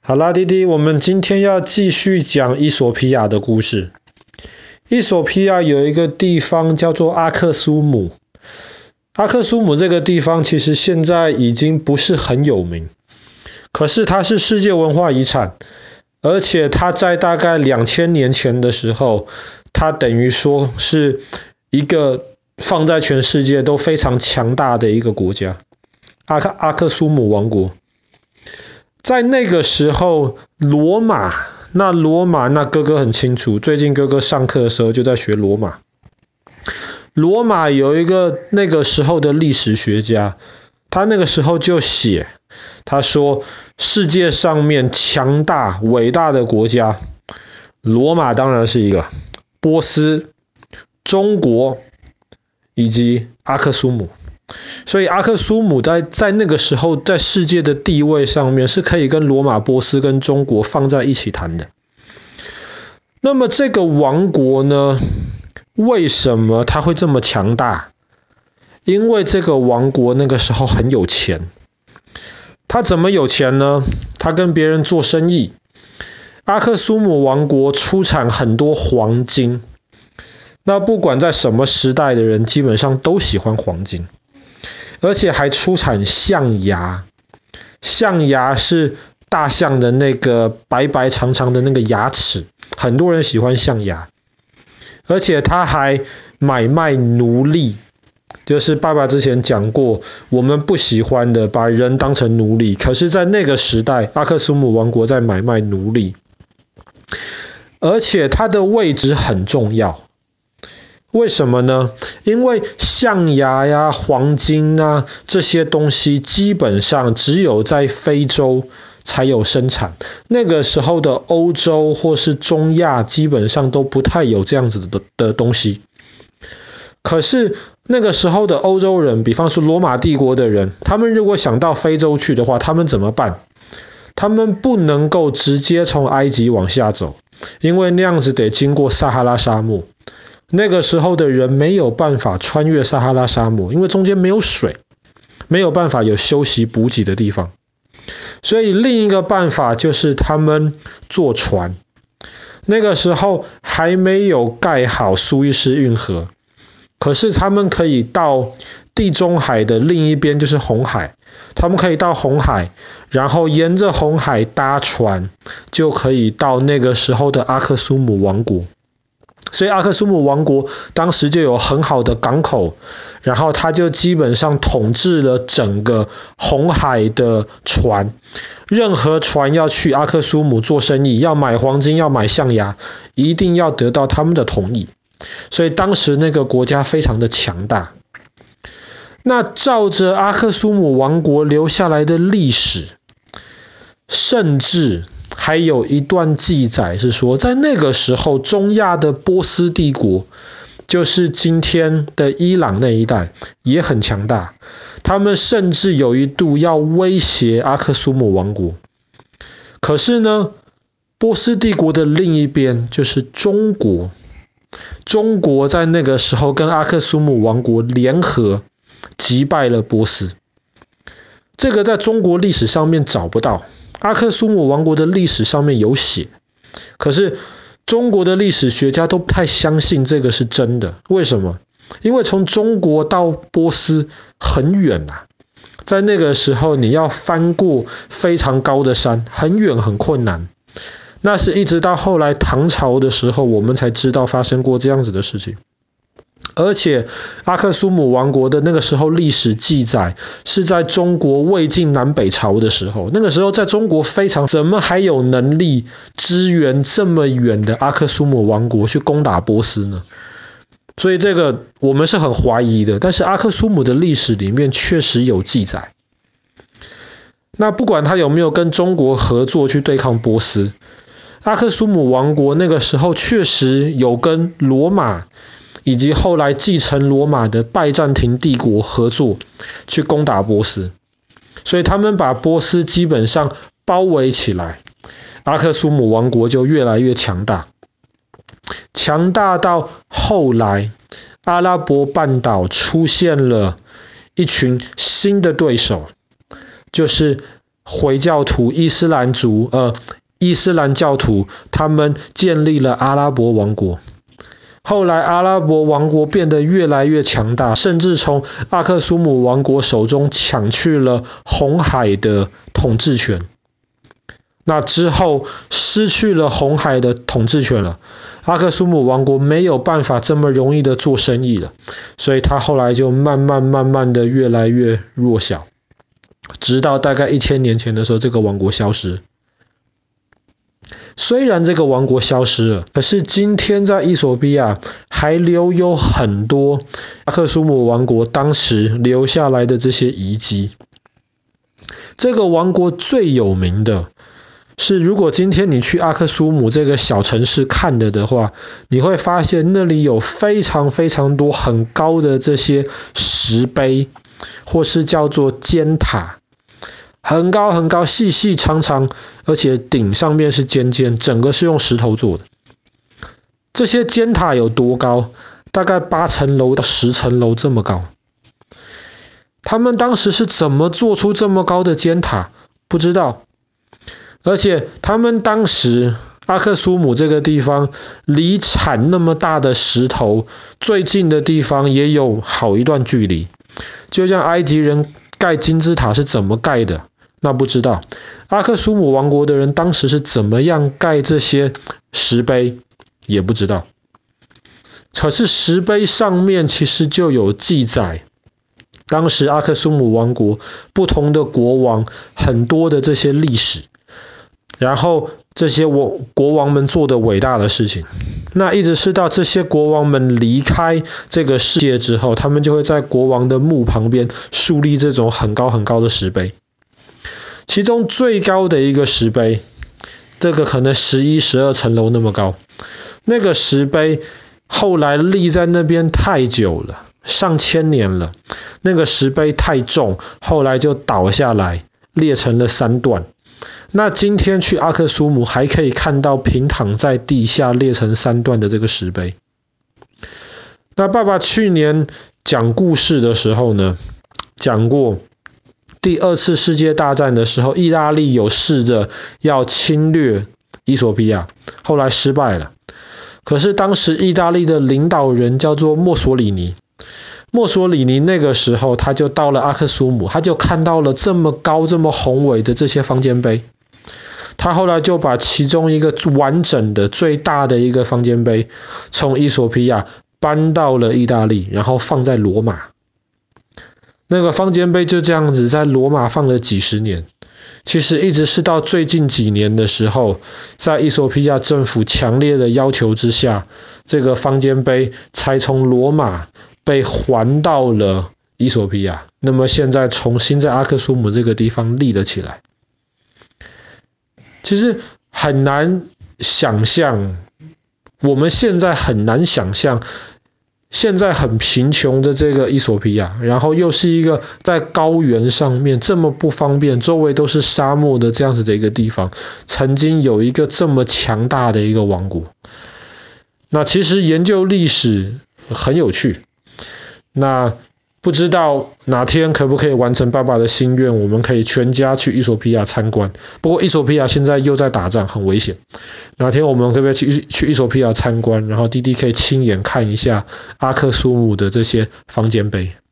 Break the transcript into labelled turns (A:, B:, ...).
A: 好啦，弟弟，我们今天要继续讲伊索匹亚的故事。伊索匹亚有一个地方叫做阿克苏姆。阿克苏姆这个地方其实现在已经不是很有名，可是它是世界文化遗产，而且它在大概2000年前的时候，它等于说是一个放在全世界都非常强大的一个国家，阿克苏姆王国。在那个时候，罗马那哥哥很清楚，最近哥哥上课的时候就在学罗马。罗马有一个那个时候的历史学家，他那个时候就写，他说世界上面强大伟大的国家，罗马当然是一个，波斯、中国以及阿克苏姆。所以阿克苏姆在那个时候在世界的地位上面是可以跟罗马、波斯跟中国放在一起谈的。那么这个王国呢，为什么它会这么强大？因为这个王国那个时候很有钱。他怎么有钱呢？他跟别人做生意。阿克苏姆王国出产很多黄金。那不管在什么时代的人，基本上都喜欢黄金。而且还出产象牙，象牙是大象的那个白白长长的那个牙齿，很多人喜欢象牙。而且他还买卖奴隶，就是爸爸之前讲过，我们不喜欢的把人当成奴隶，可是在那个时代，阿克苏姆王国在买卖奴隶。而且它的位置很重要。为什么呢？因为象牙呀、黄金啊这些东西基本上只有在非洲才有生产，那个时候的欧洲或是中亚基本上都不太有这样子的东西。可是那个时候的欧洲人，比方说罗马帝国的人，他们如果想到非洲去的话，他们怎么办？他们不能够直接从埃及往下走，因为那样子得经过撒哈拉沙漠。那个时候的人没有办法穿越撒哈拉沙漠，因为中间没有水，没有办法有休息补给的地方。所以另一个办法就是他们坐船。那个时候还没有盖好苏伊士运河，可是他们可以到地中海的另一边，就是红海。他们可以到红海，然后沿着红海搭船，就可以到那个时候的阿克苏姆王国。所以阿克苏姆王国当时就有很好的港口，然后他就基本上统治了整个红海的船。任何船要去阿克苏姆做生意，要买黄金，要买象牙，一定要得到他们的同意。所以当时那个国家非常的强大。那照着阿克苏姆王国留下来的历史，甚至还有一段记载是说，在那个时候中亚的波斯帝国，就是今天的伊朗那一带，也很强大。他们甚至有一度要威胁阿克苏姆王国。可是呢，波斯帝国的另一边就是中国。中国在那个时候跟阿克苏姆王国联合，击败了波斯。这个在中国历史上面找不到，阿克苏姆王国的历史上面有写，可是中国的历史学家都不太相信这个是真的。为什么？因为从中国到波斯很远啊，在那个时候你要翻过非常高的山，很远很困难。那是一直到后来唐朝的时候，我们才知道发生过这样子的事情。而且阿克苏姆王国的那个时候历史记载是在中国魏晋南北朝的时候，那个时候在中国非常，怎么还有能力支援这么远的阿克苏姆王国去攻打波斯呢？所以这个我们是很怀疑的，但是阿克苏姆的历史里面确实有记载。那不管他有没有跟中国合作去对抗波斯，阿克苏姆王国那个时候确实有跟罗马以及后来继承罗马的拜占庭帝国合作去攻打波斯，所以他们把波斯基本上包围起来，阿克苏姆王国就越来越强大，强大到后来阿拉伯半岛出现了一群新的对手，就是回教徒伊斯兰教徒他们建立了阿拉伯王国。后来阿拉伯王国变得越来越强大，甚至从阿克苏姆王国手中抢去了红海的统治权。那之后失去了红海的统治权了，阿克苏姆王国没有办法这么容易的做生意了，所以他后来就慢慢的越来越弱小，直到大概1000年前的时候，这个王国消失。虽然这个王国消失了，可是今天在伊索比亚还留有很多阿克苏姆王国当时留下来的这些遗迹。这个王国最有名的是，如果今天你去阿克苏姆这个小城市看的话，你会发现那里有非常多很高的这些石碑，或是叫做尖塔，很高细长，而且顶上面是尖，整个是用石头做的。这些尖塔有多高？大概8层楼到10层楼这么高。他们当时是怎么做出这么高的尖塔？不知道。而且他们当时阿克苏姆这个地方离产那么大的石头最近的地方也有好一段距离，就像埃及人盖金字塔是怎么盖的，那不知道。阿克苏姆王国的人当时是怎么样盖这些石碑，也不知道。可是石碑上面其实就有记载，当时阿克苏姆王国不同的国王很多的这些历史，然后这些国王们做的伟大的事情。那一直是到这些国王们离开这个世界之后，他们就会在国王的墓旁边树立这种很高的石碑。其中最高的一个石碑，这个可能11、12层楼那么高，那个石碑后来立在那边太久了，上千年了，那个石碑太重，后来就倒下来，裂成了3段。那今天去阿克苏姆还可以看到平躺在地下裂成3段的这个石碑。那爸爸去年讲故事的时候呢，讲过第2次世界大战的时候，意大利有试着要侵略伊索比亚，后来失败了。可是当时意大利的领导人叫做墨索里尼，那个时候他就到了阿克苏姆，他就看到了这么高这么宏伟的这些方尖碑，他后来就把其中一个完整的最大的一个方尖碑从伊索比亚搬到了意大利，然后放在罗马。那个方尖碑就这样子在罗马放了几十年，其实一直是到最近几年的时候，在伊索比亚政府强烈的要求之下，这个方尖碑才从罗马被还到了伊索比亚，那么现在重新在阿克苏姆这个地方立了起来。其实很难想象，我们现在很难想象，现在很贫穷的这个伊索比亚，然后又是一个在高原上面这么不方便，周围都是沙漠的这样子的一个地方，曾经有一个这么强大的一个王国。那其实研究历史很有趣，那不知道哪天可不可以完成爸爸的心愿，我们可以全家去伊索比亚参观。不过伊索比亚现在又在打仗，很危险。哪天我们可不可以去伊索比亚参观，然后弟弟可以亲眼看一下阿克苏姆的这些方尖碑。